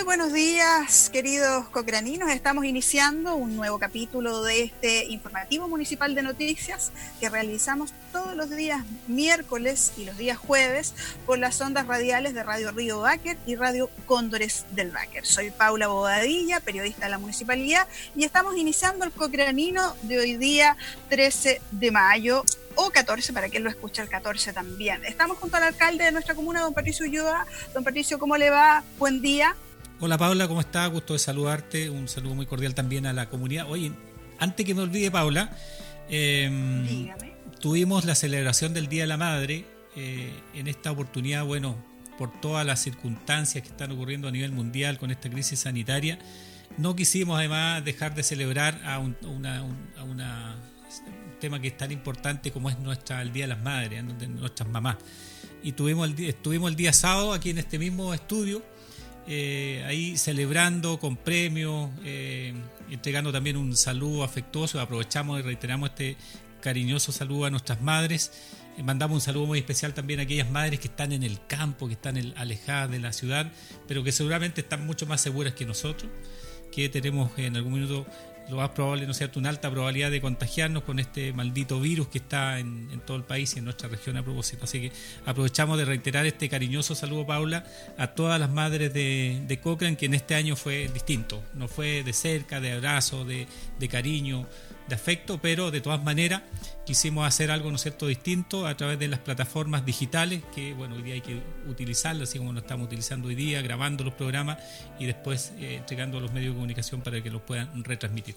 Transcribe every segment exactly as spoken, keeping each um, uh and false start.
buenos días, queridos cochraninos. Estamos iniciando un nuevo capítulo de este informativo municipal de noticias que realizamos todos los días miércoles y los días jueves por las ondas radiales de Radio Río Báquer y Radio Cóndores del Báquer. Soy Paula Bobadilla, periodista de la municipalidad, y estamos iniciando el cocranino de hoy día trece de mayo. O catorce, para quien lo escucha el catorce también. Estamos junto al alcalde de nuestra comuna, don Patricio Ulloa. Don Patricio, ¿cómo le va? Buen día. Hola Paula, ¿cómo estás? Gusto de saludarte. Un saludo muy cordial también a la comunidad. Oye, antes que me olvide, Paula, eh, Dígame. Tuvimos la celebración del Día de la Madre. Eh, en esta oportunidad, bueno, por todas las circunstancias que están ocurriendo a nivel mundial con esta crisis sanitaria, no quisimos además dejar de celebrar a, un, una, un, a una... tema que es tan importante como es nuestra el Día de las Madres, de nuestras mamás. Y tuvimos el, estuvimos el día sábado aquí en este mismo estudio, eh, ahí celebrando con premios, eh, entregando también un saludo afectuoso. Aprovechamos y reiteramos este cariñoso saludo a nuestras madres. Eh, mandamos un saludo muy especial también a aquellas madres que están en el campo, que están el, alejadas de la ciudad, pero que seguramente están mucho más seguras que nosotros, que tenemos en algún minuto lo más probable, ¿no es cierto?, una alta probabilidad de contagiarnos con este maldito virus que está en, en todo el país y en nuestra región a propósito. Así que aprovechamos de reiterar este cariñoso saludo, Paula, a todas las madres de, de Cochrane, que en este año fue distinto. No fue de cerca, de abrazo, de, de cariño, de afecto, pero de todas maneras quisimos hacer algo, ¿no es cierto?, distinto a través de las plataformas digitales, que bueno, hoy día hay que utilizarlas, así como lo estamos utilizando hoy día, grabando los programas y después eh, entregando a los medios de comunicación para que los puedan retransmitir.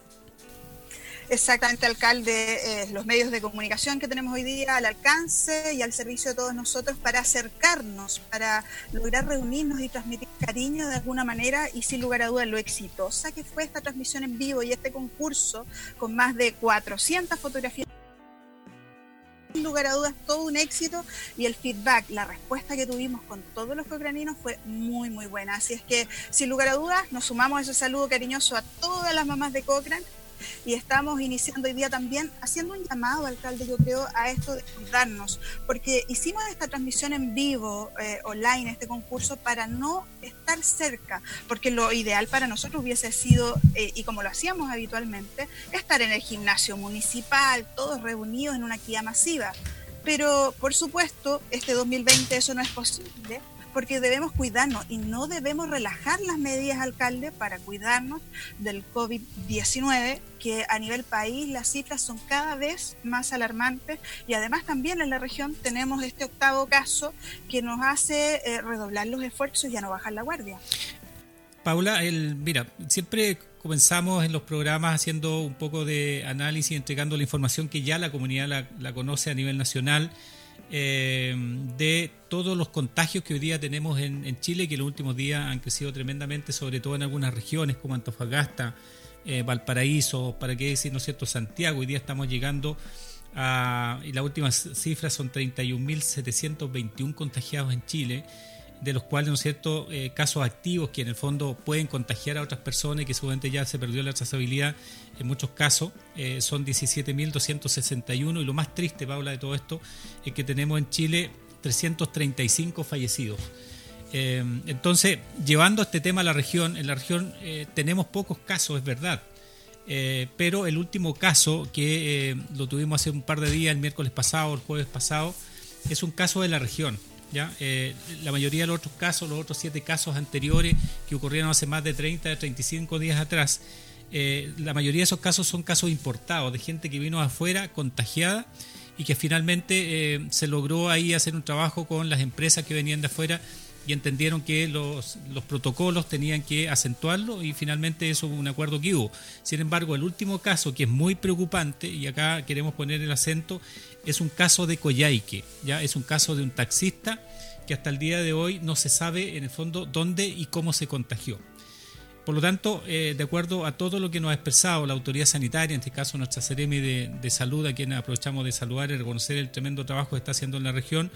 Exactamente, alcalde, eh, los medios de comunicación que tenemos hoy día al alcance y al servicio de todos nosotros para acercarnos, para lograr reunirnos y transmitir cariño de alguna manera, y sin lugar a dudas lo exitosa que fue esta transmisión en vivo y este concurso con más de cuatrocientas fotografías. Sin lugar a dudas, todo un éxito, y el feedback, la respuesta que tuvimos con todos los cochraninos fue muy, muy buena. Así es que, sin lugar a dudas, nos sumamos a ese saludo cariñoso a todas las mamás de Cochrane. Y estamos iniciando hoy día también haciendo un llamado, alcalde, yo creo, a esto de cuidarnos, porque hicimos esta transmisión en vivo, eh, online, este concurso, para no estar cerca, porque lo ideal para nosotros hubiese sido, eh, y como lo hacíamos habitualmente, estar en el gimnasio municipal, todos reunidos en una actividad masiva. Pero, por supuesto, este dos mil veinte eso no es posible, porque debemos cuidarnos y no debemos relajar las medidas, alcalde, para cuidarnos del COVID diecinueve, que a nivel país las cifras son cada vez más alarmantes, y además también en la región tenemos este octavo caso que nos hace eh, redoblar los esfuerzos y a no bajar la guardia. Paula, el, mira, siempre comenzamos en los programas haciendo un poco de análisis, entregando la información que ya la comunidad la, la conoce a nivel nacional, Eh, de todos los contagios que hoy día tenemos en, en Chile, que los últimos días han crecido tremendamente, sobre todo en algunas regiones como Antofagasta, eh, Valparaíso, para qué decir, ¿no es cierto?, Santiago. Hoy día estamos llegando a, y las últimas cifras son treinta y un mil setecientos veintiuno contagiados en Chile, de los cuales, ¿no es cierto?, eh, casos activos que en el fondo pueden contagiar a otras personas y que seguramente ya se perdió la trazabilidad en muchos casos, eh, son diecisiete mil doscientos sesenta y uno, y lo más triste, Paula, de todo esto es que tenemos en Chile trescientos treinta y cinco fallecidos. Eh, entonces, llevando este tema a la región, en la región eh, tenemos pocos casos, es verdad, eh, pero el último caso que eh, lo tuvimos hace un par de días, el miércoles pasado, el jueves pasado, es un caso de la región. ¿Ya? Eh, la mayoría de los otros casos, los otros siete casos anteriores que ocurrieron hace más de treinta, treinta y cinco días atrás, eh, la mayoría de esos casos son casos importados, de gente que vino afuera contagiada y que finalmente eh, se logró ahí hacer un trabajo con las empresas que venían de afuera y entendieron que los, los protocolos tenían que acentuarlo, y finalmente eso fue un acuerdo que hubo. Sin embargo, el último caso, que es muy preocupante, y acá queremos poner el acento, es un caso de Coyhaique, ¿ya? Es un caso de un taxista que hasta el día de hoy no se sabe en el fondo dónde y cómo se contagió. Por lo tanto, eh, de acuerdo a todo lo que nos ha expresado la autoridad sanitaria, en este caso nuestra Seremi de, de Salud, a quien aprovechamos de saludar y reconocer el tremendo trabajo que está haciendo en la región,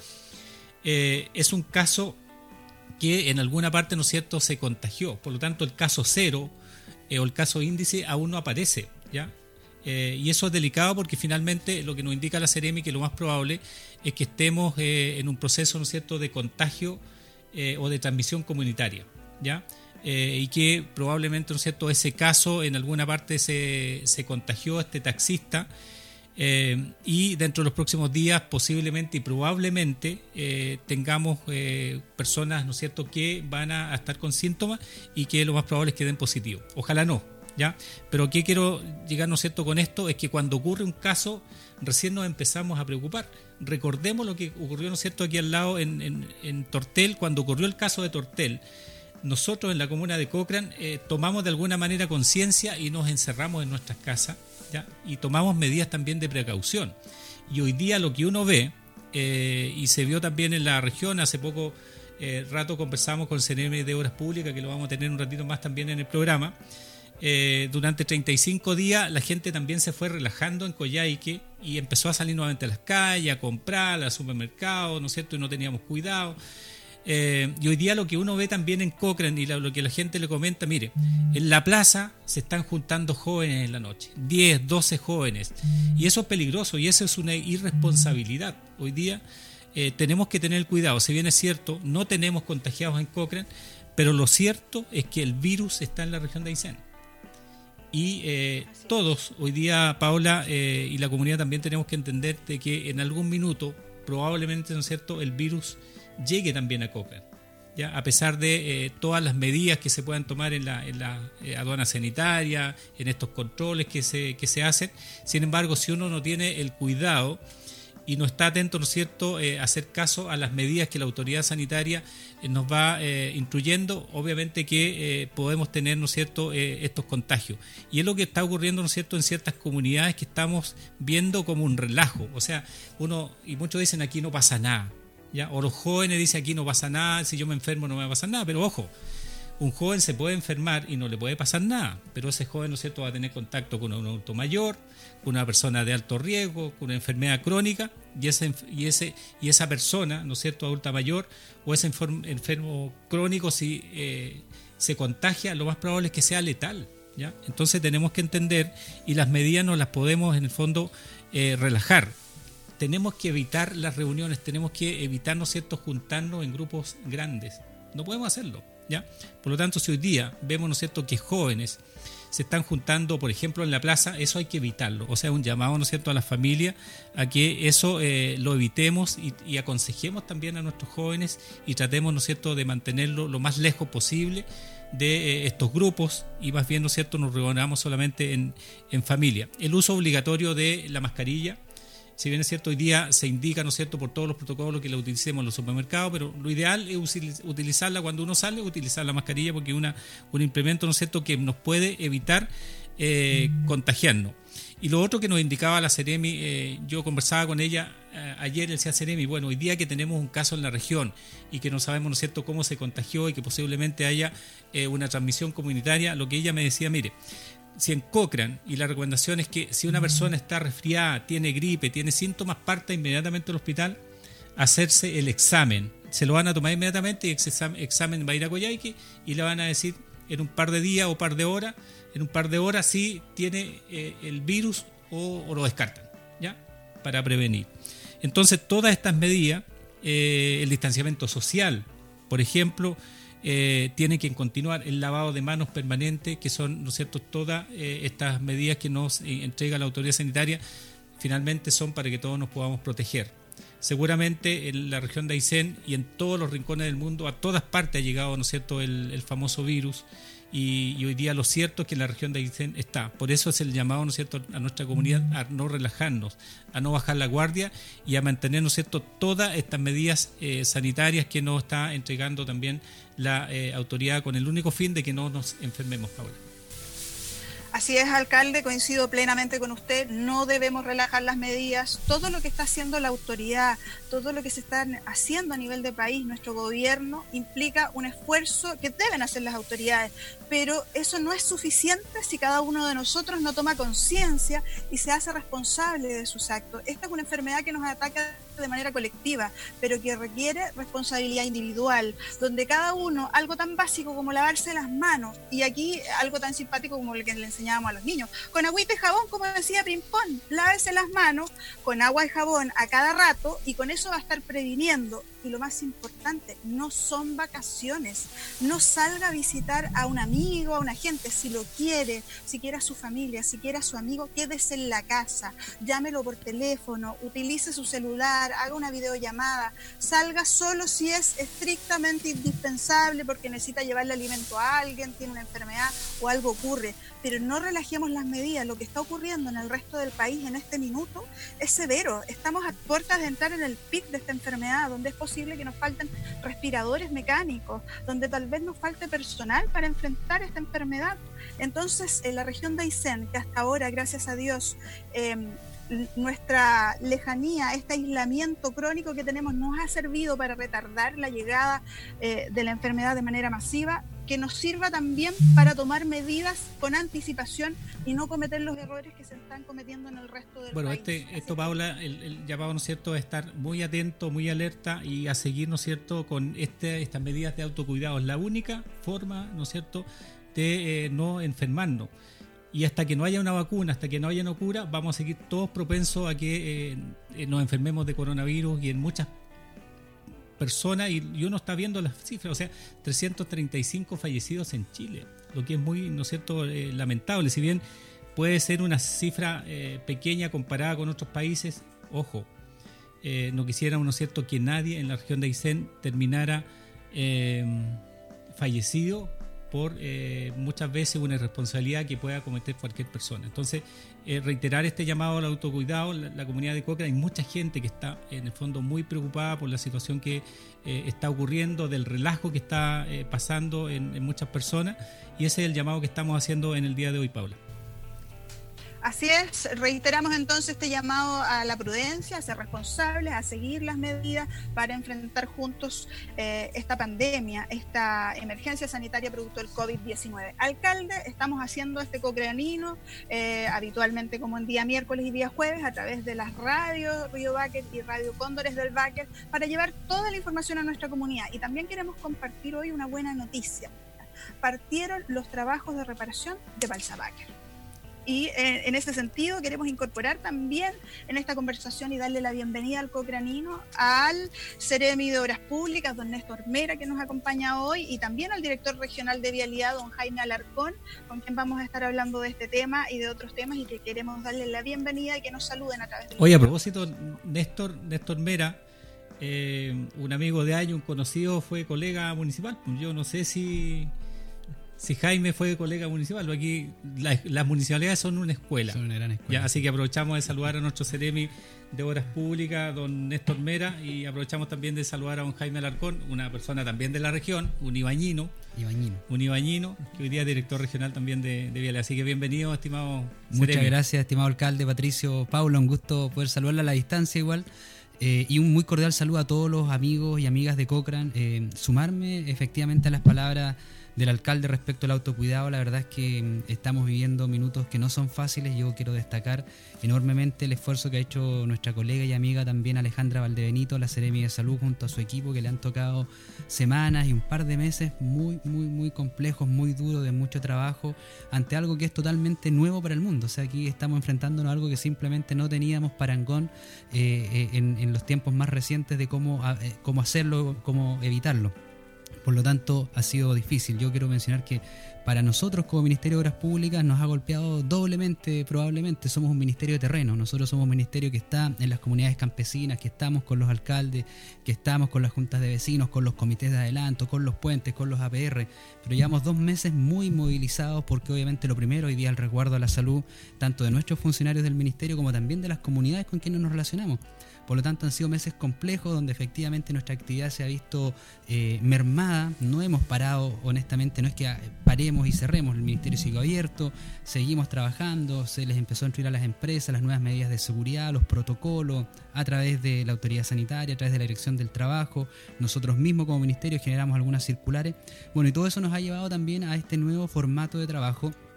eh, es un caso que en alguna parte, ¿no es cierto?, se contagió. Por lo tanto, el caso cero eh, o el caso índice aún no aparece, ¿ya? Eh, y eso es delicado porque finalmente lo que nos indica la Seremi, que lo más probable es que estemos eh, en un proceso, ¿no es cierto?, de contagio eh, o de transmisión comunitaria, ¿ya? eh, y que probablemente, ¿no es cierto?, ese caso en alguna parte se, se contagió este taxista. Eh, y dentro de los próximos días posiblemente y probablemente eh, tengamos eh, personas, ¿no es cierto?, que van a, a estar con síntomas y que lo más probable es que den positivo. Ojalá no, ¿ya? Pero ¿qué quiero llegar, ¿no es cierto?, con esto? Es que cuando ocurre un caso recién nos empezamos a preocupar. Recordemos lo que ocurrió, ¿no es cierto?, aquí al lado en, en, en Tortel. Cuando ocurrió el caso de Tortel, nosotros en la comuna de Cochrane eh, tomamos de alguna manera conciencia y nos encerramos en nuestras casas, ¿ya? Y tomamos medidas también de precaución. Y hoy día lo que uno ve, eh, y se vio también en la región, hace poco eh, rato conversamos con el C N M de Obras Públicas, que lo vamos a tener un ratito más también en el programa. Eh, durante treinta y cinco días la gente también se fue relajando en Coyhaique y empezó a salir nuevamente a las calles, a comprar, al supermercado, ¿no es cierto? Y no teníamos cuidado. Eh, y hoy día lo que uno ve también en Cochrane y la, lo que la gente le comenta, mire, en la plaza se están juntando jóvenes en la noche, diez, doce jóvenes, y eso es peligroso y eso es una irresponsabilidad. Hoy día eh, tenemos que tener cuidado. Si bien es cierto, no tenemos contagiados en Cochrane, pero lo cierto es que el virus está en la región de Aysén. Y eh, todos hoy día, Paola, eh, y la comunidad también tenemos que entender de que en algún minuto probablemente, ¿no es cierto?, el virus llegue también a Cochrane, ¿ya? A pesar de eh, todas las medidas que se puedan tomar en la, en la eh, aduana sanitaria, en estos controles que se, que se hacen. Sin embargo, si uno no tiene el cuidado y no está atento, ¿no es cierto?, eh, a hacer caso a las medidas que la autoridad sanitaria eh, nos va eh, instruyendo, obviamente que eh, podemos tener, ¿no es cierto?, eh, estos contagios. Y es lo que está ocurriendo, ¿no es cierto?, en ciertas comunidades que estamos viendo como un relajo. O sea, uno, y muchos dicen aquí no pasa nada, ¿ya? O los jóvenes dicen aquí no pasa nada, si yo me enfermo no me va a pasar nada, pero ojo, un joven se puede enfermar y no le puede pasar nada, pero ese joven, ¿no es cierto?, va a tener contacto con un adulto mayor, con una persona de alto riesgo, con una enfermedad crónica, y ese y ese y esa persona, ¿no es cierto?, adulta mayor o ese enfermo crónico, si eh, se contagia, lo más probable es que sea letal, ¿ya? Entonces tenemos que entender, y las medidas no las podemos en el fondo eh, relajar. Tenemos que evitar las reuniones, tenemos que evitar, ¿no es cierto?, juntarnos en grupos grandes. No podemos hacerlo, ¿ya? Por lo tanto, si hoy día vemos, ¿no es cierto?, que jóvenes se están juntando, por ejemplo, en la plaza, eso hay que evitarlo. O sea, un llamado, ¿no es cierto?, a las familias a que eso eh, lo evitemos y, y aconsejemos también a nuestros jóvenes y tratemos, ¿no es cierto?, de mantenerlo lo más lejos posible de eh, estos grupos y más bien, ¿no es cierto?, nos reunamos solamente en, en familia. El uso obligatorio de la mascarilla, si bien es cierto, hoy día se indica, ¿no es cierto?, por todos los protocolos que la utilicemos en los supermercados, pero lo ideal es utilizarla cuando uno sale, utilizar la mascarilla porque es una, un implemento, ¿no es cierto?, que nos puede evitar eh, contagiarnos. Y lo otro que nos indicaba la Ceremi, eh, yo conversaba con ella eh, ayer, decía Ceremi, bueno, hoy día que tenemos un caso en la región y que no sabemos, ¿no es cierto?, cómo se contagió y que posiblemente haya eh, una transmisión comunitaria, lo que ella me decía, mire, si en Cochrane, y la recomendación es que si una persona está resfriada, tiene gripe, tiene síntomas, parta inmediatamente al hospital a hacerse el examen. Se lo van a tomar inmediatamente y ese examen va a ir a Coyhaique y le van a decir en un par de días o par de horas, en un par de horas si tiene eh, el virus o, o lo descartan, ¿ya? Para prevenir. Entonces, todas estas medidas, eh, el distanciamiento social, por ejemplo, Eh, tiene que continuar el lavado de manos permanente, que son, ¿no es cierto?, todas eh, estas medidas que nos eh, entrega la autoridad sanitaria, finalmente son para que todos nos podamos proteger. Seguramente en la región de Aysén y en todos los rincones del mundo, a todas partes ha llegado, ¿no es cierto?, el, el famoso virus, y, y hoy día lo cierto es que en la región de Aysén está. Por eso es el llamado, ¿no es cierto?, a nuestra comunidad a no relajarnos, a no bajar la guardia y a mantener, ¿no es cierto?, todas estas medidas eh, sanitarias que nos está entregando también la eh, autoridad con el único fin de que no nos enfermemos, Paula. Así es, alcalde, coincido plenamente con usted, no debemos relajar las medidas. Todo lo que está haciendo la autoridad, todo lo que se está haciendo a nivel de país, nuestro gobierno, implica un esfuerzo que deben hacer las autoridades, pero eso no es suficiente si cada uno de nosotros no toma conciencia y se hace responsable de sus actos. Esta es una enfermedad que nos ataca de manera colectiva, pero que requiere responsabilidad individual, donde cada uno, algo tan básico como lavarse las manos, y aquí algo tan simpático como lo que le enseñábamos a los niños, con agüita y jabón, como decía Pimpón, lávese las manos con agua y jabón a cada rato, y con eso va a estar previniendo y lo más importante, no son vacaciones. No salga a visitar a un amigo, a una gente, si lo quiere, si quiere a su familia, si quiere a su amigo, quédese en la casa, llámelo por teléfono, utilice su celular, haga una videollamada, salga solo si es estrictamente indispensable porque necesita llevarle alimento a alguien, tiene una enfermedad o algo ocurre, pero no relajemos las medidas. Lo que está ocurriendo en el resto del país en este minuto es severo. Estamos a puertas de entrar en el pic de esta enfermedad, donde es posible que nos falten respiradores mecánicos, donde tal vez nos falte personal para enfrentar esta enfermedad. Entonces, en la región de Aysén, que hasta ahora, gracias a Dios, eh, nuestra lejanía, este aislamiento crónico que tenemos nos ha servido para retardar la llegada eh, de la enfermedad de manera masiva, que nos sirva también para tomar medidas con anticipación y no cometer los errores que se están cometiendo en el resto del bueno, país. Bueno, este, esto, Paula, el, el llamado, ¿no es cierto?, a estar muy atento, muy alerta y a seguir, ¿no es cierto?, con este, estas medidas de autocuidado. Es la única forma, ¿no es cierto?, de eh, no enfermarnos. Y hasta que no haya una vacuna, hasta que no haya una cura, vamos a seguir todos propensos a que eh, nos enfermemos de coronavirus y en muchas personas, y, y uno está viendo las cifras, o sea, trescientos treinta y cinco fallecidos en Chile, lo que es muy, ¿no es cierto?, eh, lamentable. Si bien puede ser una cifra eh, pequeña comparada con otros países, ojo, eh, no quisiéramos, ¿no es cierto?, que nadie en la región de Aysén terminara eh, fallecido por eh, muchas veces una irresponsabilidad que pueda cometer cualquier persona. Entonces, eh, reiterar este llamado al autocuidado. La, la comunidad de Cochrane, hay mucha gente que está en el fondo muy preocupada por la situación que eh, está ocurriendo, del relajo que está eh, pasando en, en muchas personas, y ese es el llamado que estamos haciendo en el día de hoy, Paula. Así es, reiteramos entonces este llamado a la prudencia, a ser responsables, a seguir las medidas para enfrentar juntos eh, esta pandemia, esta emergencia sanitaria producto del COVID diecinueve. Alcalde, estamos haciendo este cocranino eh, habitualmente como en día miércoles y día jueves a través de las radios Río Báquer y Radio Cóndores del Báquer para llevar toda la información a nuestra comunidad. Y también queremos compartir hoy una buena noticia. Partieron los trabajos de reparación de Balsa Báquer. Y eh, en ese sentido queremos incorporar también en esta conversación y darle la bienvenida al cocranino al Seremi de Obras Públicas, don Néstor Mera, que nos acompaña hoy, y también al director regional de Vialidad, don Jaime Alarcón, con quien vamos a estar hablando de este tema y de otros temas, y que queremos darle la bienvenida y que nos saluden a través de... Oye, a propósito, Néstor, Néstor Mera, eh, un amigo de año, un conocido, fue colega municipal. Yo no sé si... Si Jaime fue colega municipal, aquí la, las municipalidades son una escuela. Son una gran escuela. Ya, así que aprovechamos de saludar a nuestro Seremi de Obras Públicas, don Néstor Mera, y aprovechamos también de saludar a don Jaime Alarcón, una persona también de la región, un ibañino, ibañino. un ibañino, que hoy día es director regional también de, de Vialidad. Así que bienvenido, estimado Muchas Seremi. Gracias, estimado alcalde Patricio Paula, un gusto poder saludarla a la distancia igual. Eh, y un muy cordial saludo a todos los amigos y amigas de Cochrane. Eh, sumarme efectivamente a las palabras del alcalde respecto al autocuidado. La verdad es que estamos viviendo minutos que no son fáciles. Yo quiero destacar enormemente el esfuerzo que ha hecho nuestra colega y amiga también Alejandra Valdebenito, la Seremi de Salud, junto a su equipo, que le han tocado semanas y un par de meses muy, muy, muy complejos, muy duros, de mucho trabajo, ante algo que es totalmente nuevo para el mundo. O sea, aquí estamos enfrentándonos a algo que simplemente no teníamos parangón eh, en, en los tiempos más recientes de cómo, eh, cómo hacerlo, cómo evitarlo. Por lo tanto, ha sido difícil. Yo quiero mencionar que para nosotros como Ministerio de Obras Públicas nos ha golpeado doblemente, probablemente. Somos un ministerio de terreno. Nosotros somos un ministerio que está en las comunidades campesinas, que estamos con los alcaldes, que estamos con las juntas de vecinos, con los comités de adelanto, con los puentes, con los A P R. Pero llevamos dos meses muy movilizados porque obviamente lo primero hoy día es el resguardo a la salud, tanto de nuestros funcionarios del ministerio como también de las comunidades con quienes nos relacionamos. Por lo tanto, han sido meses complejos donde efectivamente nuestra actividad se ha visto eh, mermada. No hemos parado, honestamente, no es que paremos y cerremos. El ministerio sigue abierto, seguimos trabajando, se les empezó a instruir a las empresas las nuevas medidas de seguridad, los protocolos, a través de la autoridad sanitaria, a través de la dirección del trabajo. Nosotros mismos como ministerio generamos algunas circulares. Bueno, y todo eso nos ha llevado también a este nuevo formato de trabajo,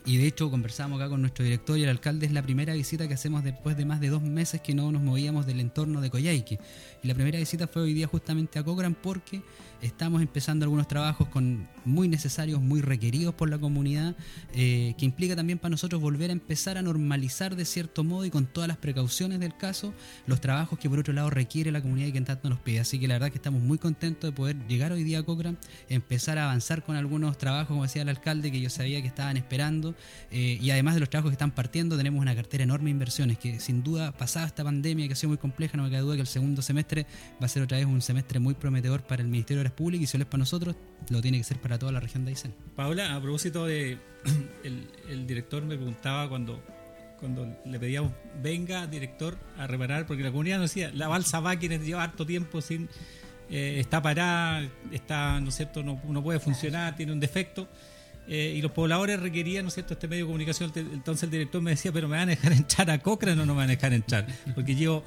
Y de hecho conversamos acá con nuestro director y el alcalde, es la primera visita que hacemos después de más de dos meses que no nos movíamos del entorno de Coyhaique. Y la primera visita fue hoy día justamente a Cochrane porque estamos empezando algunos trabajos con muy necesarios, muy requeridos por la comunidad, eh, que implica también para nosotros volver a empezar a normalizar de cierto modo y con todas las precauciones del caso, los trabajos que por otro lado requiere la comunidad y que en tanto nos pide. Así que la verdad que estamos muy contentos de poder llegar hoy día a Cochrane, empezar a avanzar con algunos trabajos, como decía el alcalde, que yo sabía que estaban esperando. Eh, y además de los trabajos que están partiendo, tenemos una cartera enorme de inversiones que sin duda, pasada esta pandemia que ha sido muy compleja, no me cabe duda que el segundo semestre va a ser otra vez un semestre muy prometedor para el Ministerio de Obras Públicas, y si lo es para nosotros, lo tiene que ser para toda la región de Aysén. Paula, a propósito de el, el director me preguntaba cuando cuando le pedíamos, venga director a reparar, porque la comunidad nos decía, la balsa Báquer lleva harto tiempo sin eh, está parada, está, ¿no es cierto?, no, no puede funcionar, tiene un defecto. Eh, y los pobladores requerían, ¿no es cierto?, este medio de comunicación. Entonces el director me decía, pero ¿me van a dejar entrar a Cochrane o no me van a dejar entrar? Porque yo,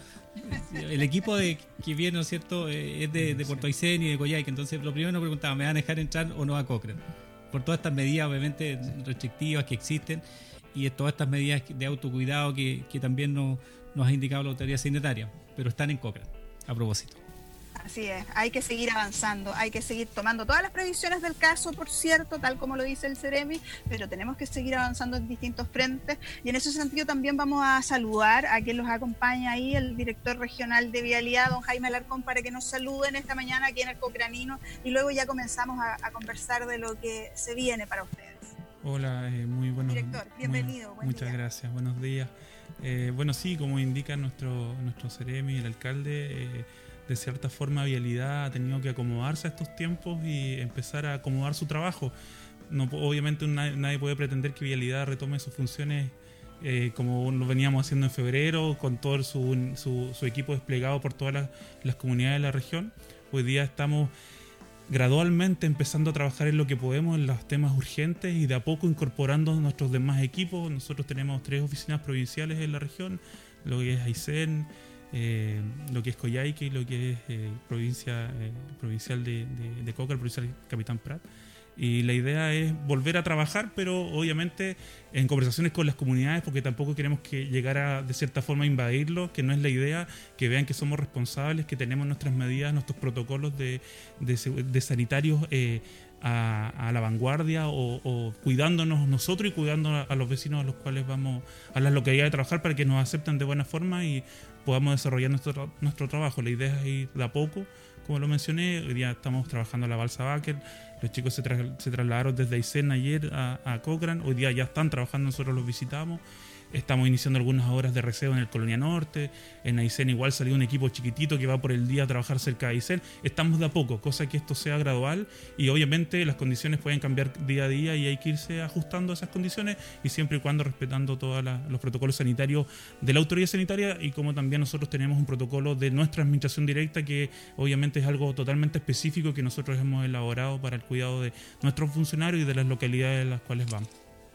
el equipo de que viene, ¿no es cierto?, eh, es de, de Puerto Aysén y de Coyhaique. Entonces lo primero nos preguntaba, ¿me van a dejar entrar o no a Cochrane? Por todas estas medidas obviamente restrictivas que existen y todas estas medidas de autocuidado que, que también nos, nos ha indicado la autoridad sanitaria, pero están en Cochrane, a propósito. Así es, hay que seguir avanzando, hay que seguir tomando todas las previsiones del caso, por cierto, tal como lo dice el Ceremi, pero tenemos que seguir avanzando en distintos frentes, y en ese sentido también vamos a saludar a quien los acompaña ahí, el director regional de Vialidad, don Jaime Alarcón, para que nos saluden esta mañana aquí en el Cocranino, y luego ya comenzamos a, a conversar de lo que se viene para ustedes. Hola, eh, muy buenos días. Director, bienvenido. Muy, muchas día. gracias, buenos días. Eh, bueno, sí, como indica nuestro, nuestro Ceremi, el alcalde, eh, de cierta forma Vialidad ha tenido que acomodarse a estos tiempos y empezar a acomodar su trabajo. No, obviamente nadie, nadie puede pretender que Vialidad retome sus funciones eh, como lo veníamos haciendo en febrero, con todo su, su, su equipo desplegado por todas las, las comunidades de la región. Hoy día estamos gradualmente empezando a trabajar en lo que podemos, en los temas urgentes, y de a poco incorporando nuestros demás equipos. Nosotros tenemos tres oficinas provinciales en la región, lo que es Aysén, Eh, lo que es Coyhaique y lo que es eh, provincia eh, provincial de, de, de Cochrane, provincial Capitán Prat. Y la idea es volver a trabajar, pero obviamente en conversaciones con las comunidades, porque tampoco queremos que llegar a, de cierta forma, a invadirlo, que no es la idea, que vean que somos responsables, que tenemos nuestras medidas, nuestros protocolos de, de, de sanitarios eh, a, a la vanguardia, o, o cuidándonos nosotros y cuidando a, a los vecinos a los cuales vamos a las localidades a trabajar, para que nos acepten de buena forma y podamos desarrollar nuestro, nuestro trabajo. La idea es ir de a poco, como lo mencioné. Hoy día estamos trabajando en la balsa Báquer. Los chicos se, tra- se trasladaron desde Aysén ayer a, a Cochrane. Hoy día ya están trabajando, nosotros los visitamos. Estamos iniciando algunas obras de receo en el Colonia Norte. En Aysén igual salió un equipo chiquitito que va por el día a trabajar cerca de Aysén. Estamos de a poco, cosa que esto sea gradual, y obviamente las condiciones pueden cambiar día a día y hay que irse ajustando a esas condiciones, y siempre y cuando respetando todos los protocolos sanitarios de la autoridad sanitaria, y como también nosotros tenemos un protocolo de nuestra administración directa que obviamente es algo totalmente específico que nosotros hemos elaborado para el cuidado de nuestros funcionarios y de las localidades en las cuales vamos.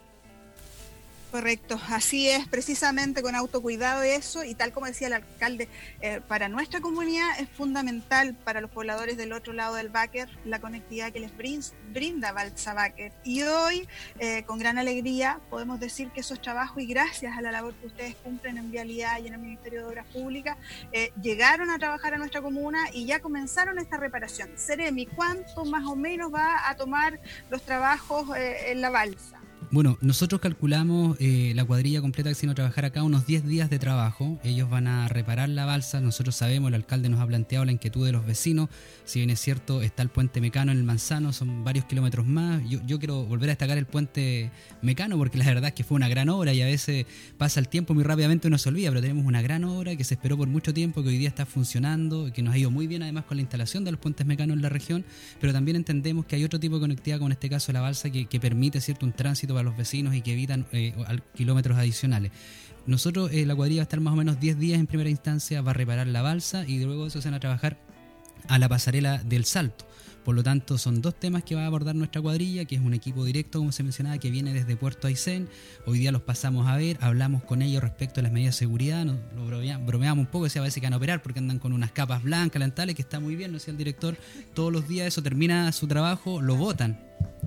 Correcto, así es, precisamente con autocuidado eso, y tal como decía el alcalde, eh, para nuestra comunidad es fundamental, para los pobladores del otro lado del Báquer, la conectividad que les brinda Balsa Báquer. Y hoy, eh, con gran alegría, podemos decir que esos trabajos, y gracias a la labor que ustedes cumplen en Vialidad y en el Ministerio de Obras Públicas, eh, llegaron a trabajar a nuestra comuna y ya comenzaron esta reparación. Ceremi, ¿cuánto más o menos va a tomar los trabajos eh, en la balsa? Bueno, nosotros calculamos eh, la cuadrilla completa que se vino a trabajar acá unos diez días de trabajo. Ellos van a reparar la balsa. Nosotros sabemos, el alcalde nos ha planteado la inquietud de los vecinos. Si bien es cierto, está el puente Mecano en el Manzano, son varios kilómetros más. Yo, yo quiero volver a destacar el puente Mecano, porque la verdad es que fue una gran obra y a veces pasa el tiempo muy rápidamente, uno se olvida, pero tenemos una gran obra que se esperó por mucho tiempo, que hoy día está funcionando, que nos ha ido muy bien además con la instalación de los puentes Mecano en la región, pero también entendemos que hay otro tipo de conectividad, como en este caso la balsa, que, que permite, cierto, un tránsito para los vecinos y que evitan eh, kilómetros adicionales. Nosotros, eh, la cuadrilla va a estar más o menos diez días en primera instancia, va a reparar la balsa y luego eso se van a trabajar a la pasarela del Salto. Por lo tanto, son dos temas que va a abordar nuestra cuadrilla, que es un equipo directo, como se mencionaba, que viene desde Puerto Aysén. Hoy día los pasamos a ver, hablamos con ellos respecto a las medidas de seguridad, nos lo bromeamos, bromeamos un poco, decía, a veces que van a operar porque andan con unas capas blancas, lentales, que está muy bien, lo decía el director, todos los días eso termina su trabajo, lo botan.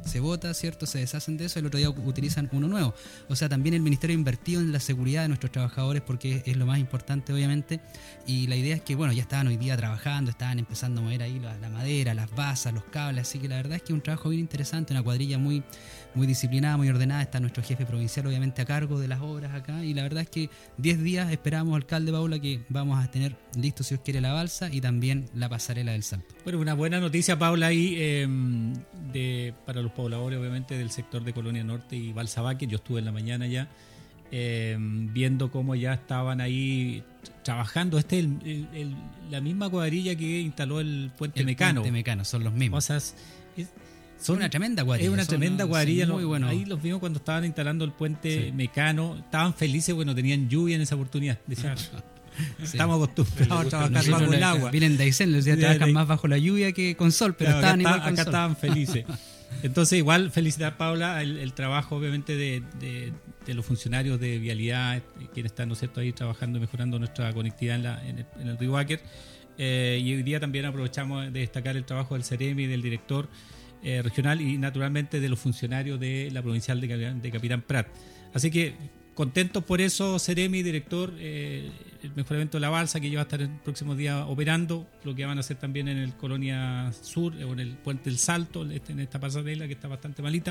se bota, ¿cierto? Se deshacen de eso, el otro día utilizan uno nuevo. O sea, también el Ministerio ha invertido en la seguridad de nuestros trabajadores porque es lo más importante, obviamente. Y la idea es que, bueno, ya estaban hoy día trabajando, estaban empezando a mover ahí la, la madera, las basas, los cables. Así que la verdad es que es un trabajo bien interesante, una cuadrilla muy, muy disciplinada, muy ordenada. Está nuestro jefe provincial, obviamente, a cargo de las obras acá. Y la verdad es que diez días esperamos, alcalde Paula, que vamos a tener listo, si Dios quiere, la balsa y también la pasarela del Salto. Bueno, una buena noticia, Paula, ahí eh, de, para los pobladores, obviamente, del sector de Colonia Norte y Balsabaque. Yo estuve en la mañana ya eh, viendo cómo ya estaban ahí trabajando. Este es el, el, el, la misma cuadrilla que instaló el puente el Mecano. Puente Mecano, son los mismos. Cosas, es, son una tremenda cuadrilla. Es una tremenda son, cuadrilla. Son muy bueno. Ahí los vimos cuando estaban instalando el puente sí. Mecano. Estaban felices, bueno, tenían lluvia en esa oportunidad. Decían, sí. Estamos acostumbrados a trabajar Nosotros bajo el agua. Vienen de Aysén, los días trabajan más bajo la lluvia que con sol, pero claro, estaban acá, igual con acá sol. estaban felices. Entonces, igual felicitar, Paula, el, el trabajo, obviamente, de, de, de los funcionarios de vialidad, quienes están, ¿no es cierto?, ahí trabajando, mejorando nuestra conectividad en, la, en, el, en el río Báquer. Eh, y hoy día también aprovechamos de destacar el trabajo del Ceremi, del director eh, regional y, naturalmente, de los funcionarios de la provincial de, de Capitán Prat. Así que contentos por eso, Ceremi, director, eh, el mejoramiento de la balsa que ya va a estar en el próximo día operando, lo que van a hacer también en el Colonia Sur, o en el Puente del Salto, en esta pasarela que está bastante malita.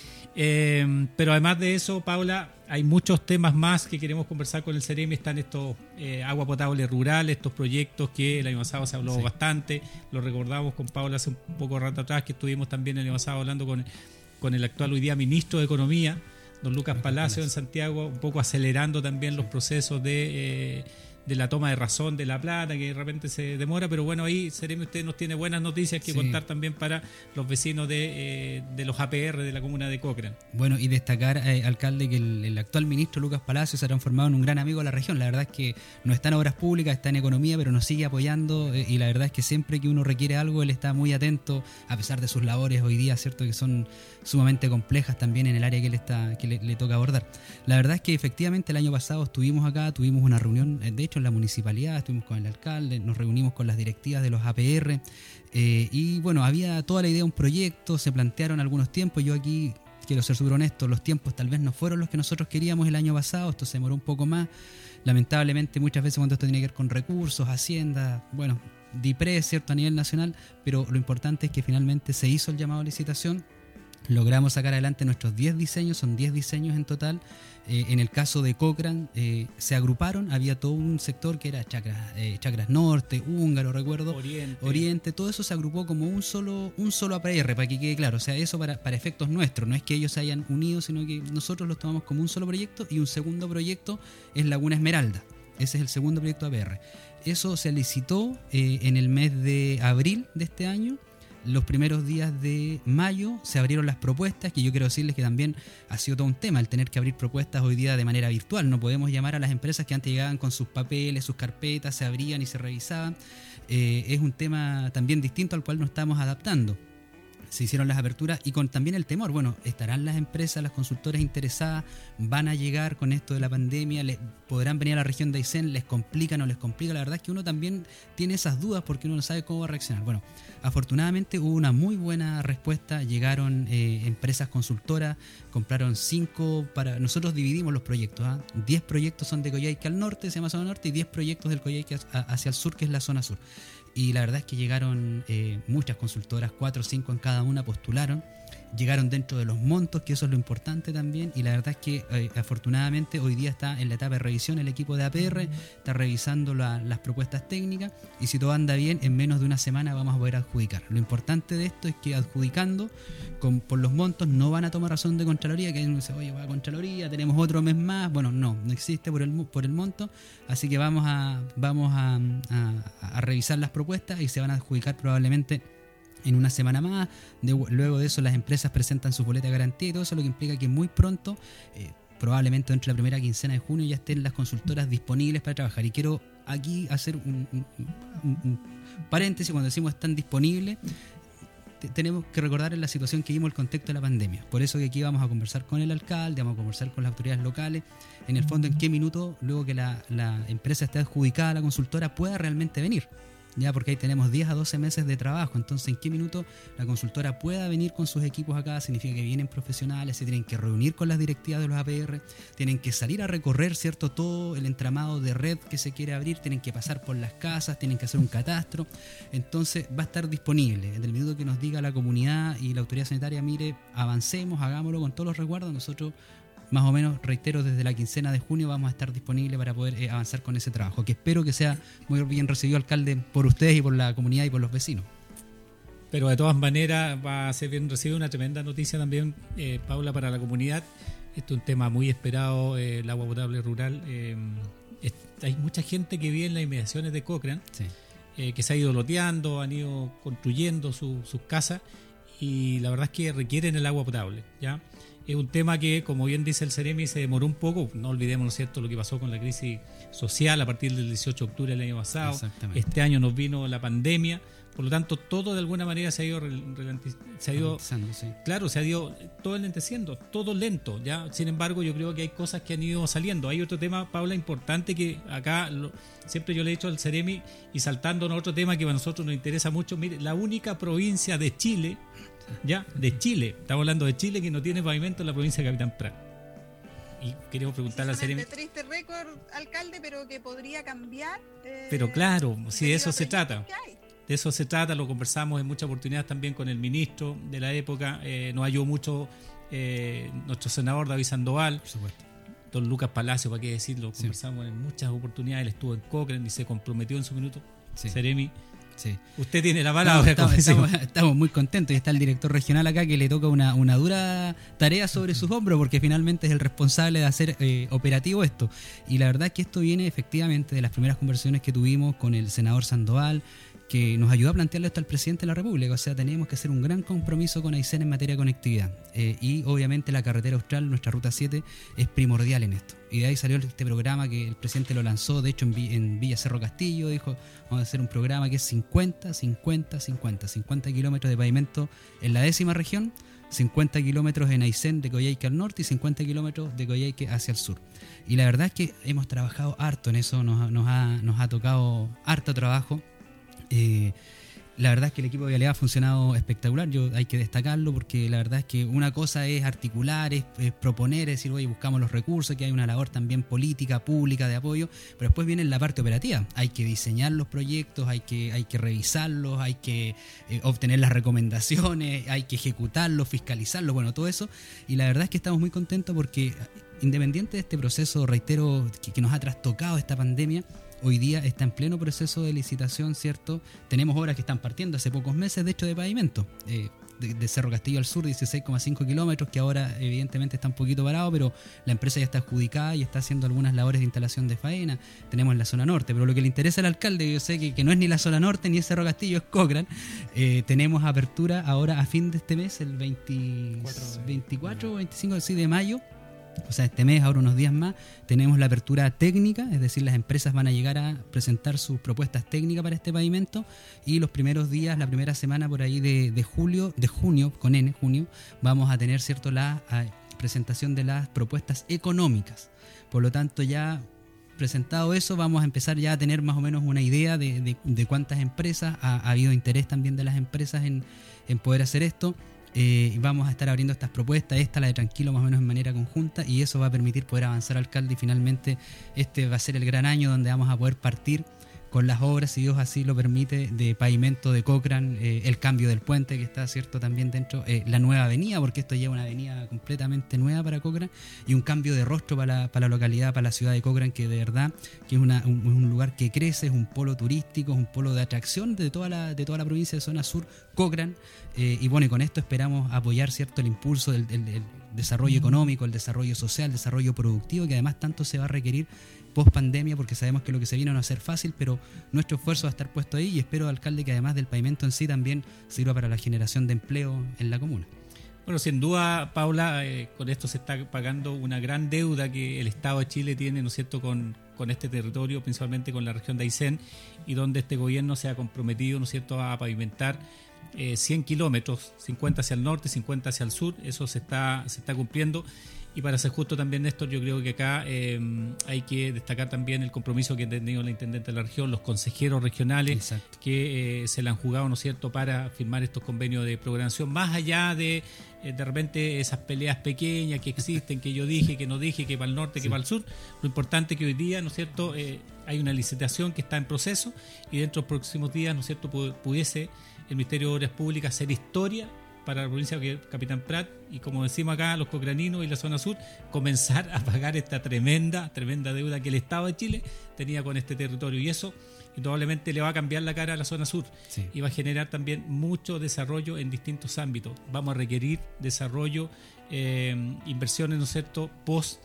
Eh, pero además de eso, Paula, hay muchos temas más que queremos conversar con el Ceremi. Están estos eh, agua potable rural, estos proyectos que el año pasado se habló sí. bastante, lo recordamos con Paula hace un poco rato atrás, que estuvimos también el año pasado hablando con, con el actual hoy día ministro de Economía, don Lucas Palacio, en Santiago, un poco acelerando también sí. los procesos de, eh, de la toma de razón de La Plata, que de repente se demora, pero bueno, ahí Ceremi usted nos tiene buenas noticias que sí. contar también para los vecinos de, eh, de los A P R de la comuna de Cochrane. Bueno, y destacar, eh, alcalde, que el, el actual ministro Lucas Palacio se ha transformado en un gran amigo de la región. La verdad es que no está en obras públicas, está en economía, pero nos sigue apoyando eh, y la verdad es que siempre que uno requiere algo, él está muy atento, a pesar de sus labores hoy día, cierto, que son sumamente complejas también en el área que, él está, que le, le toca abordar. La verdad es que efectivamente el año pasado estuvimos acá, tuvimos una reunión, de hecho en la municipalidad, estuvimos con el alcalde, nos reunimos con las directivas de los A P R eh, y bueno, había toda la idea de un proyecto, se plantearon algunos tiempos. Yo aquí quiero ser súper honesto, los tiempos tal vez no fueron los que nosotros queríamos el año pasado, esto se demoró un poco más, lamentablemente muchas veces cuando esto tiene que ver con recursos, Hacienda, bueno, DIPRE, cierto, a nivel nacional, pero lo importante es que finalmente se hizo el llamado a licitación. Logramos sacar adelante nuestros diez diseños, son diez diseños en total. Eh, en el caso de Cochrane eh, se agruparon, había todo un sector que era Chacras, eh, Chacras Norte, Húngaro, recuerdo, Oriente. Oriente, todo eso se agrupó como un solo un solo A P R, para que quede claro, o sea, eso para, para efectos nuestros, no es que ellos se hayan unido, sino que nosotros los tomamos como un solo proyecto, y un segundo proyecto es Laguna Esmeralda, ese es el segundo proyecto A P R. Eso se licitó eh, en el mes de abril de este año. Los primeros días de mayo se abrieron las propuestas, que yo quiero decirles que también ha sido todo un tema el tener que abrir propuestas hoy día de manera virtual. No podemos llamar a las empresas que antes llegaban con sus papeles, sus carpetas, se abrían y se revisaban. Eh, es un tema también distinto al cual nos estamos adaptando. Se hicieron las aperturas y con también el temor, bueno, estarán las empresas, las consultoras interesadas, van a llegar con esto de la pandemia, les, podrán venir a la región de Aysén, les complica, no les complica. La verdad es que uno también tiene esas dudas porque uno no sabe cómo va a reaccionar. Bueno, afortunadamente hubo una muy buena respuesta, llegaron eh, empresas consultoras, compraron cinco, para nosotros dividimos los proyectos, ¿eh? diez proyectos son de Coyhaique al norte, se llama zona norte, y diez proyectos del Coyhaique hacia el sur, que es la zona sur. Y la verdad es que llegaron eh, muchas consultoras, cuatro o cinco en cada una, postularon, llegaron dentro de los montos, que eso es lo importante también, y la verdad es que eh, afortunadamente hoy día está en la etapa de revisión el equipo de A P R, está revisando la, las propuestas técnicas, y si todo anda bien, en menos de una semana vamos a poder adjudicar. Lo importante de esto es que adjudicando con, por los montos no van a tomar razón de Contraloría, que uno dice, oye, va a Contraloría, tenemos otro mes más. Bueno, no, no existe por el, por el monto, así que vamos a, vamos a, a, a revisar las propuestas y se van a adjudicar probablemente en una semana más. De, luego de eso las empresas presentan sus boletas de garantía y todo eso, lo que implica que muy pronto, eh, probablemente dentro de la primera quincena de junio, ya estén las consultoras disponibles para trabajar. Y quiero aquí hacer un, un, un, un paréntesis. Cuando decimos están disponibles, te, tenemos que recordar en la situación que vimos el contexto de la pandemia. Por eso que aquí vamos a conversar con el alcalde, vamos a conversar con las autoridades locales, en el fondo en qué minuto, luego que la, la empresa esté adjudicada a la consultora, pueda realmente venir. ya porque ahí tenemos diez a doce meses de trabajo. Entonces, ¿en qué minuto la consultora pueda venir con sus equipos acá? Significa que vienen profesionales, se tienen que reunir con las directivas de los A P R, tienen que salir a recorrer, ¿cierto?, todo el entramado de red que se quiere abrir, tienen que pasar por las casas, tienen que hacer un catastro. Entonces, va a estar disponible. En el minuto que nos diga la comunidad y la autoridad sanitaria, mire, avancemos, hagámoslo con todos los resguardos, nosotros, más o menos, reitero, desde la quincena de junio vamos a estar disponibles para poder eh, avanzar con ese trabajo, que espero que sea muy bien recibido, alcalde, por ustedes y por la comunidad y por los vecinos. Pero de todas maneras va a ser bien recibido, una tremenda noticia también, eh, Paula, para la comunidad. Esto es un tema muy esperado, eh, el agua potable rural. Eh, es, hay mucha gente que vive en las inmediaciones de Cochrane, sí. eh, que se ha ido loteando, han ido construyendo su, sus casas, y la verdad es que requieren el agua potable, ¿ya? Es un tema que, como bien dice el Ceremi, se demoró un poco. No olvidemos, ¿no es cierto?, lo que pasó con la crisis social a partir del dieciocho de octubre del año pasado. Este año nos vino la pandemia. Por lo tanto, todo de alguna manera se ha ido, se ha ido sí. claro, se ha ido todo lenteciendo, todo lento, ¿ya? Sin embargo, yo creo que hay cosas que han ido saliendo. Hay otro tema, Paula, importante, que acá lo, siempre yo le he dicho al Ceremi, y saltando a otro tema que a nosotros nos interesa mucho. Mire, la única provincia de Chile, ya, de Chile, estamos hablando de Chile, que no tiene pavimento, en la provincia de Capitán Prat. Y queremos preguntarle al Ceremi. Triste récord, alcalde, pero que podría cambiar. Eh, pero claro, si de eso se trata. De eso se trata, lo conversamos en muchas oportunidades también con el ministro de la época, eh, nos ayudó mucho eh, nuestro senador David Sandoval, por supuesto. Don Lucas Palacio, para qué decirlo, sí. Conversamos en muchas oportunidades, él estuvo en Cochrane y se comprometió en su minuto. Sí. Ceremi, sí. Usted tiene la palabra. No, estamos, estamos, estamos muy contentos, y está el director regional acá que le toca una, una dura tarea sobre sus hombros, porque finalmente es el responsable de hacer eh, operativo esto. Y la verdad es que esto viene efectivamente de las primeras conversaciones que tuvimos con el senador Sandoval, que nos ayudó a plantearle esto al presidente de la República. O sea, tenemos que hacer un gran compromiso con Aysén en materia de conectividad. Eh, y obviamente la carretera austral, nuestra ruta siete, es primordial en esto. Y de ahí salió este programa que el presidente lo lanzó, de hecho, en, en Villa Cerro Castillo. Dijo, vamos a hacer un programa que es cincuenta, cincuenta, cincuenta. cincuenta kilómetros de pavimento en la décima región, cincuenta kilómetros en Aysén de Coyhaique al norte y cincuenta kilómetros de Coyhaique hacia el sur. Y la verdad es que hemos trabajado harto en eso, nos, nos, ha, nos ha tocado harto trabajo. Eh, la verdad es que el equipo de vialidad ha funcionado espectacular. Yo hay que destacarlo, porque la verdad es que una cosa es articular, es, es proponer, es decir, oye, buscamos los recursos, que hay una labor también política, pública, de apoyo, pero después viene la parte operativa. Hay que diseñar los proyectos, hay que, hay que revisarlos, hay que eh, obtener las recomendaciones, hay que ejecutarlos, fiscalizarlos, bueno, todo eso. Y la verdad es que estamos muy contentos porque, independiente de este proceso, reitero, que, que nos ha trastocado esta pandemia, hoy día está en pleno proceso de licitación, ¿cierto? Tenemos obras que están partiendo hace pocos meses, de hecho, de pavimento. Eh, de, de Cerro Castillo al sur, dieciséis coma cinco kilómetros, que ahora evidentemente está un poquito parado, pero la empresa ya está adjudicada y está haciendo algunas labores de instalación de faena. Tenemos en la zona norte, pero lo que le interesa al alcalde, yo sé que, que no es ni la zona norte ni es Cerro Castillo, es Cochrane. Eh, tenemos apertura ahora a fin de este mes, el veinticuatro o veinticinco sí, de mayo. O sea, este mes, ahora unos días más, tenemos la apertura técnica, es decir, las empresas van a llegar a presentar sus propuestas técnicas para este pavimento, y los primeros días, la primera semana por ahí de, de julio, de junio, con N, junio, vamos a tener, ¿cierto?, la a, presentación de las propuestas económicas. Por lo tanto, ya presentado eso, vamos a empezar ya a tener más o menos una idea de, de, de cuántas empresas, ha, ha habido interés también de las empresas en, en poder hacer esto. Eh, vamos a estar abriendo estas propuestas, esta, la de Tranquilo, más o menos en manera conjunta, y eso va a permitir poder avanzar, alcalde, y finalmente este va a ser el gran año donde vamos a poder partir con las obras, si Dios así lo permite, de pavimento de Cochrane, eh, el cambio del puente que está, cierto, también dentro, eh, la nueva avenida, porque esto ya es una avenida completamente nueva para Cochrane, y un cambio de rostro para la, para la localidad, para la ciudad de Cochrane, que de verdad que es una, un, un lugar que crece, es un polo turístico, es un polo de atracción de toda la, de toda la provincia de zona sur, Cochrane, eh, y bueno, y con esto esperamos apoyar, cierto, el impulso del, del, del desarrollo económico, el desarrollo social, el desarrollo productivo, que además tanto se va a requerir post pandemia, porque sabemos que lo que se viene no va a ser fácil, pero nuestro esfuerzo va a estar puesto ahí, y espero, alcalde, que además del pavimento en sí también sirva para la generación de empleo en la comuna. Bueno, sin duda, Paula, eh, con esto se está pagando una gran deuda que el Estado de Chile tiene, ¿no es cierto?, con, con este territorio, principalmente con la región de Aysén, y donde este gobierno se ha comprometido, ¿no es cierto?, a pavimentar eh, cien kilómetros, cincuenta hacia el norte, cincuenta hacia el sur. Eso se está, se está cumpliendo. Y para ser justo también, Néstor, yo creo que acá eh, hay que destacar también el compromiso que ha tenido la intendente de la región, los consejeros regionales. Exacto. que eh, se la han jugado, ¿no es cierto?, para firmar estos convenios de programación, más allá de eh, de repente esas peleas pequeñas que existen, que yo dije, que no dije, que para el norte, sí. que para el sur. Lo importante es que hoy día, ¿no es cierto?, eh, hay una licitación que está en proceso y dentro de los próximos días, ¿no es cierto?, pudiese el Ministerio de Obras Públicas hacer historia para la provincia de Capitán Prat y, como decimos acá, los cocraninos y la zona sur, comenzar a pagar esta tremenda, tremenda deuda que el Estado de Chile tenía con este territorio. Y eso indudablemente le va a cambiar la cara a la zona sur, sí. y va a generar también mucho desarrollo en distintos ámbitos. Vamos a requerir desarrollo, eh, inversiones, ¿no es cierto?, post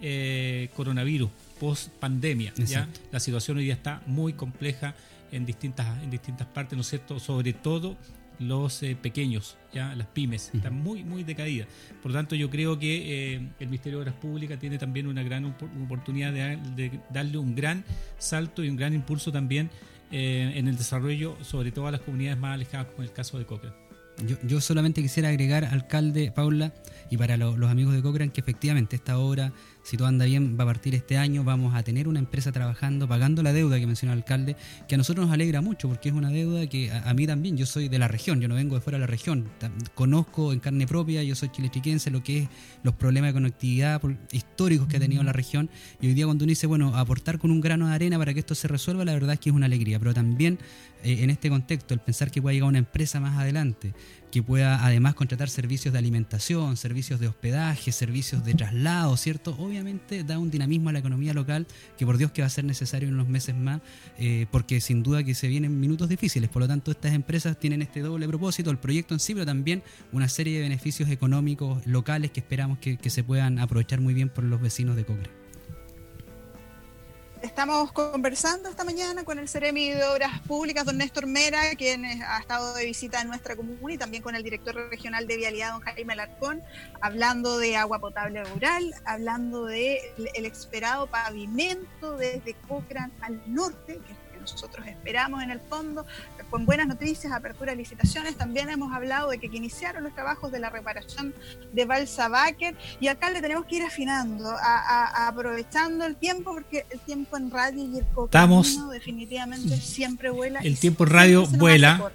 eh, coronavirus, post pandemia. ¿ya? La situación hoy día está muy compleja en distintas, en distintas partes, ¿no es cierto?, sobre todo los eh, pequeños, ya las pymes, uh-huh. están muy, muy decaídas. Por lo tanto, yo creo que eh, el Ministerio de Obras Públicas tiene también una gran oportunidad de, de darle un gran salto y un gran impulso también eh, en el desarrollo, sobre todo a las comunidades más alejadas, como el caso de Cochrane. Yo, yo solamente quisiera agregar, alcalde Paula, y para lo, los amigos de Cochrane, que efectivamente esta obra, si todo anda bien, va a partir este año. Vamos a tener una empresa trabajando, pagando la deuda que mencionó el alcalde, que a nosotros nos alegra mucho, porque es una deuda que a, a mí también, yo soy de la región, yo no vengo de fuera de la región, conozco en carne propia, yo soy chilechiquense, lo que es los problemas de conectividad históricos que ha tenido la región, y hoy día cuando uno dice, bueno, aportar con un grano de arena para que esto se resuelva, la verdad es que es una alegría, pero también eh, en este contexto, el pensar que pueda llegar una empresa más adelante, que pueda además contratar servicios de alimentación, servicios de hospedaje, servicios de traslado, ¿cierto? Obviamente da un dinamismo a la economía local que por Dios que va a ser necesario en unos meses más, eh, porque sin duda que se vienen minutos difíciles. Por lo tanto, estas empresas tienen este doble propósito, el proyecto en sí, pero también una serie de beneficios económicos locales que esperamos que, que se puedan aprovechar muy bien por los vecinos de Cochrane. Estamos conversando esta mañana con el Ceremi de Obras Públicas, don Néstor Mera, quien ha estado de visita en nuestra comuna, y también con el director regional de Vialidad, don Jaime Alarcón, hablando de agua potable rural, hablando del de esperado pavimento desde Cochrane al norte, que es lo que nosotros esperamos en el fondo, con buenas noticias, apertura de licitaciones. También hemos hablado de que, que iniciaron los trabajos de la reparación de Balsa Báquer, y acá le tenemos que ir afinando, a, a, a aprovechando el tiempo, porque el tiempo en radio y el cocanino definitivamente siempre vuela. El tiempo en radio vuela.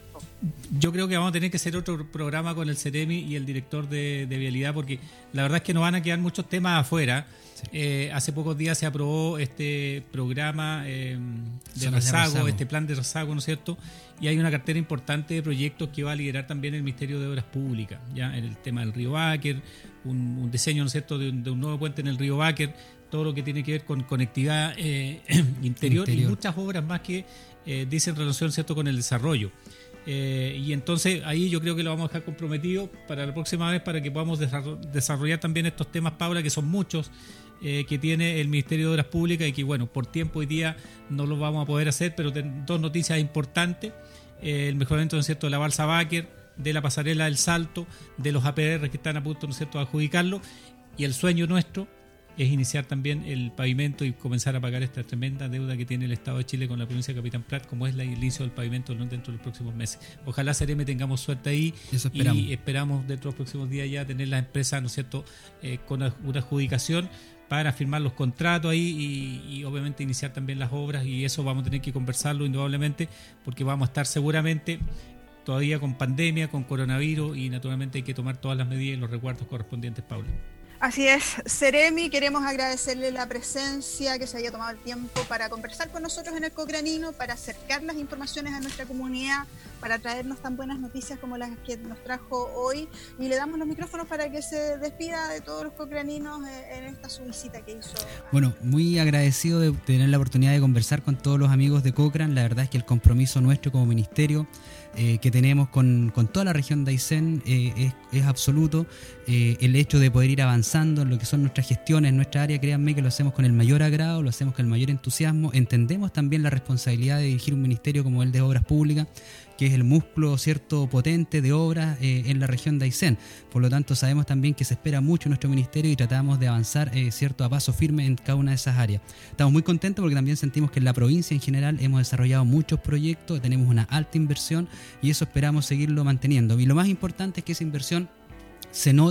Yo creo que vamos a tener que hacer otro programa con el Ceremi y el director de, de Vialidad, porque la verdad es que nos van a quedar muchos temas afuera. Sí. Eh, hace pocos días se aprobó este programa eh, de rezago, rezago, este plan de rezago, ¿no es cierto? Y hay una cartera importante de proyectos que va a liderar también el Ministerio de Obras Públicas, ya en el tema del río Báquer, un, un diseño, ¿no es cierto?, de un, de un nuevo puente en el río Báquer, todo lo que tiene que ver con conectividad eh, interior, interior y muchas obras más que eh, dicen relación, ¿cierto?, con el desarrollo. Eh, y entonces ahí yo creo que lo vamos a dejar comprometido para la próxima vez, para que podamos desarrollar también estos temas, Paula, que son muchos, eh, que tiene el Ministerio de Obras Públicas, y que bueno, por tiempo hoy día no lo vamos a poder hacer, pero ten, dos noticias importantes: eh, el mejoramiento, ¿no es cierto?, de la Balsa Báquer, de la pasarela del Salto, de los A P R que están a punto, ¿no es cierto?, de adjudicarlo, y el sueño nuestro es iniciar también el pavimento y comenzar a pagar esta tremenda deuda que tiene el Estado de Chile con la provincia de Capitán Prat, como es el inicio del pavimento dentro de los próximos meses. Ojalá, Ceremi, tengamos suerte ahí. Eso esperamos. Y esperamos dentro de los próximos días ya tener las empresas, ¿no es cierto?, eh, con una adjudicación para firmar los contratos ahí y, y obviamente iniciar también las obras, y eso vamos a tener que conversarlo indudablemente, porque vamos a estar seguramente todavía con pandemia, con coronavirus, y naturalmente hay que tomar todas las medidas y los resguardos correspondientes, Paula. Así es, Ceremi, queremos agradecerle la presencia, que se haya tomado el tiempo para conversar con nosotros en el Cocranino, para acercar las informaciones a nuestra comunidad, para traernos tan buenas noticias como las que nos trajo hoy, y le damos los micrófonos para que se despida de todos los cocraninos en esta su visita que hizo. Bueno, muy agradecido de tener la oportunidad de conversar con todos los amigos de Cochrane. La verdad es que el compromiso nuestro como ministerio Eh, que tenemos con, con toda la región de Aysén eh, es, es absoluto. Eh, el hecho de poder ir avanzando en lo que son nuestras gestiones, en nuestra área, créanme que lo hacemos con el mayor agrado, lo hacemos con el mayor entusiasmo. Entendemos también la responsabilidad de dirigir un ministerio como el de Obras Públicas, que es el músculo cierto potente de obras eh, en la región de Aysén. Por lo tanto, sabemos también que se espera mucho en nuestro ministerio y tratamos de avanzar eh, cierto a paso firme en cada una de esas áreas. Estamos muy contentos porque también sentimos que en la provincia en general hemos desarrollado muchos proyectos, tenemos una alta inversión, y eso esperamos seguirlo manteniendo. Y lo más importante es que esa inversión se note,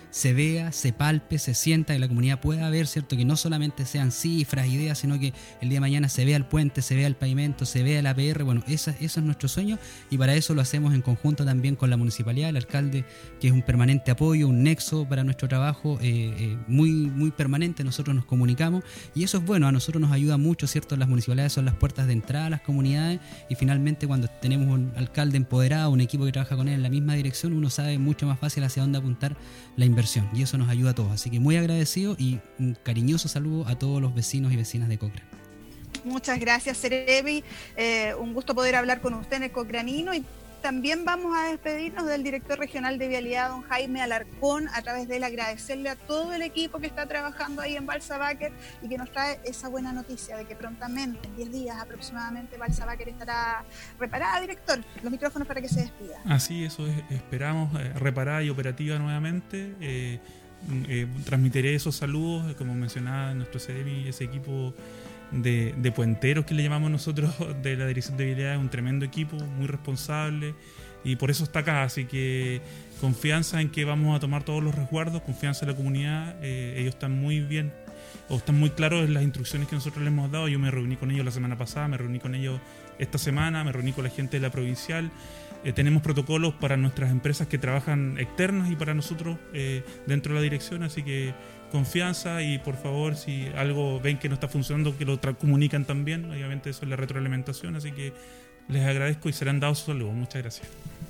se vea, se palpe, se sienta, que la comunidad pueda ver, ¿cierto? Que no solamente sean cifras, ideas, sino que el día de mañana se vea el puente, se vea el pavimento, se vea el A P R. Bueno, esa, eso es nuestro sueño, y para eso lo hacemos en conjunto también con la municipalidad, el alcalde, que es un permanente apoyo, un nexo para nuestro trabajo eh, eh, muy, muy permanente. Nosotros nos comunicamos y eso es bueno, a nosotros nos ayuda mucho, ¿cierto? Las municipalidades son las puertas de entrada a las comunidades, y finalmente cuando tenemos un alcalde empoderado, un equipo que trabaja con él en la misma dirección, uno sabe mucho más fácil hacia dónde apuntar la inversión, y eso nos ayuda a todos. Así que muy agradecido y un cariñoso saludo a todos los vecinos y vecinas de Cochrane. Muchas gracias, Seremi. Eh, un gusto poder hablar con usted en el Cocranino, y también vamos a despedirnos del director regional de Vialidad, don Jaime Alarcón, a través de él agradecerle a todo el equipo que está trabajando ahí en Balsa Báquer y que nos trae esa buena noticia de que prontamente, en diez días aproximadamente, Balsa Báquer estará reparada. Director, los micrófonos para que se despida. Así, eso es, esperamos eh, reparada y operativa nuevamente. Eh, eh, transmitiré esos saludos, como mencionaba nuestro Ceremi, ese equipo De, de puenteros que le llamamos nosotros de la Dirección de Vialidad. Es un tremendo equipo, muy responsable, y por eso está acá. Así que confianza en que vamos a tomar todos los resguardos, confianza en la comunidad. Eh, ellos están muy bien, o están muy claros en las instrucciones que nosotros les hemos dado. Yo me reuní con ellos la semana pasada, me reuní con ellos esta semana, me reuní con la gente de la provincial. Eh, tenemos protocolos para nuestras empresas que trabajan externas y para nosotros eh, dentro de la dirección, así que confianza, y por favor, si algo ven que no está funcionando, que lo comunican también. Obviamente eso es la retroalimentación, así que les agradezco y serán dados sus saludos. Muchas gracias.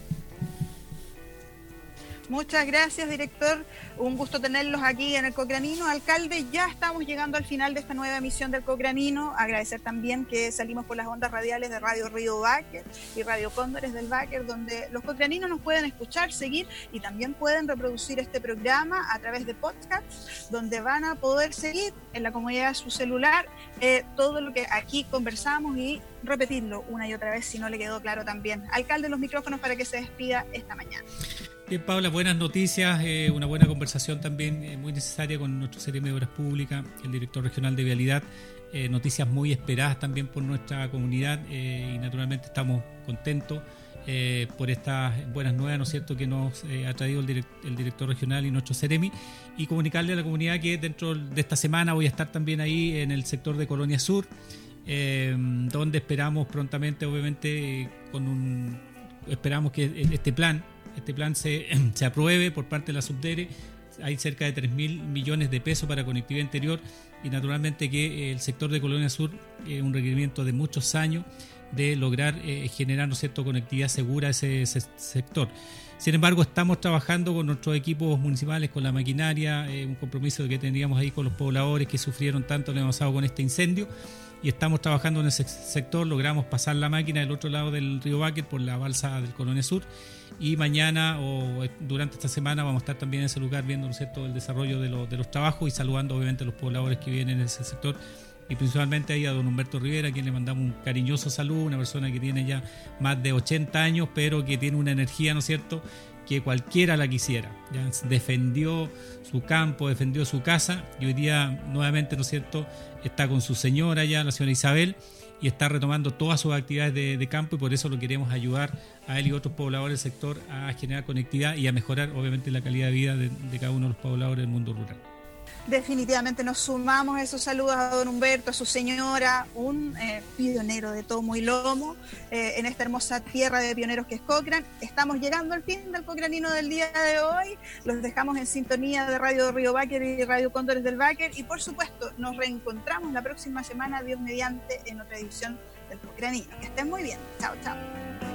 Muchas gracias, director. Un gusto tenerlos aquí en el Cocranino. Alcalde, ya estamos llegando al final de esta nueva emisión del Cocranino. Agradecer también que salimos por las ondas radiales de Radio Río Báquer y Radio Cóndores del Báquer, donde los cocraninos nos pueden escuchar, seguir, y también pueden reproducir este programa a través de podcast, donde van a poder seguir en la comodidad de su celular eh, todo lo que aquí conversamos y repetirlo una y otra vez si no le quedó claro también. Alcalde, los micrófonos para que se despida esta mañana. Bien, Paula, buenas noticias, eh, una buena conversación también eh, muy necesaria con nuestro Ceremi de Obras Públicas, el director regional de Vialidad, eh, noticias muy esperadas también por nuestra comunidad, eh, y naturalmente estamos contentos eh, por estas buenas nuevas, ¿no es cierto?, que nos eh, ha traído el, direct, el director regional y nuestro Ceremi, y comunicarle a la comunidad que dentro de esta semana voy a estar también ahí en el sector de Colonia Sur, eh, donde esperamos prontamente, obviamente, con un esperamos que este plan Este plan se, se apruebe por parte de la Subdere. Hay cerca de tres mil millones de pesos para conectividad interior, y naturalmente que el sector de Colonia Sur es eh, un requerimiento de muchos años de lograr eh, generar, ¿no es cierto?, conectividad segura a ese, ese sector. Sin embargo, estamos trabajando con nuestros equipos municipales, con la maquinaria, eh, un compromiso que tendríamos ahí con los pobladores que sufrieron tanto el año pasado con este incendio, y estamos trabajando en ese sector. Logramos pasar la máquina del otro lado del río Báquer por la balsa del Colonia Sur, y mañana o durante esta semana vamos a estar también en ese lugar viendo, ¿no es cierto?, el desarrollo de, lo, de los trabajos, y saludando obviamente a los pobladores que viven en ese sector, y principalmente ahí a don Humberto Rivera, a quien le mandamos un cariñoso saludo, una persona que tiene ya más de ochenta años, pero que tiene una energía, ¿no es cierto?, que cualquiera la quisiera. Ya defendió su campo, defendió su casa, y hoy día nuevamente, ¿no es cierto?, está con su señora ya, la señora Isabel, y está retomando todas sus actividades de, de campo, y por eso lo queremos ayudar a él y otros pobladores del sector a generar conectividad y a mejorar obviamente la calidad de vida de, de cada uno de los pobladores del mundo rural. Definitivamente nos sumamos a esos saludos a don Humberto, a su señora, un eh, pionero de tomo y lomo eh, en esta hermosa tierra de pioneros que es Cochrane. Estamos llegando al fin del Cocranino del día de hoy. Los dejamos en sintonía de Radio Río Báquer y Radio Cóndores del Báquer, y por supuesto nos reencontramos la próxima semana, Dios mediante, en otra edición del Cocranino. Que estén muy bien. Chao, chao.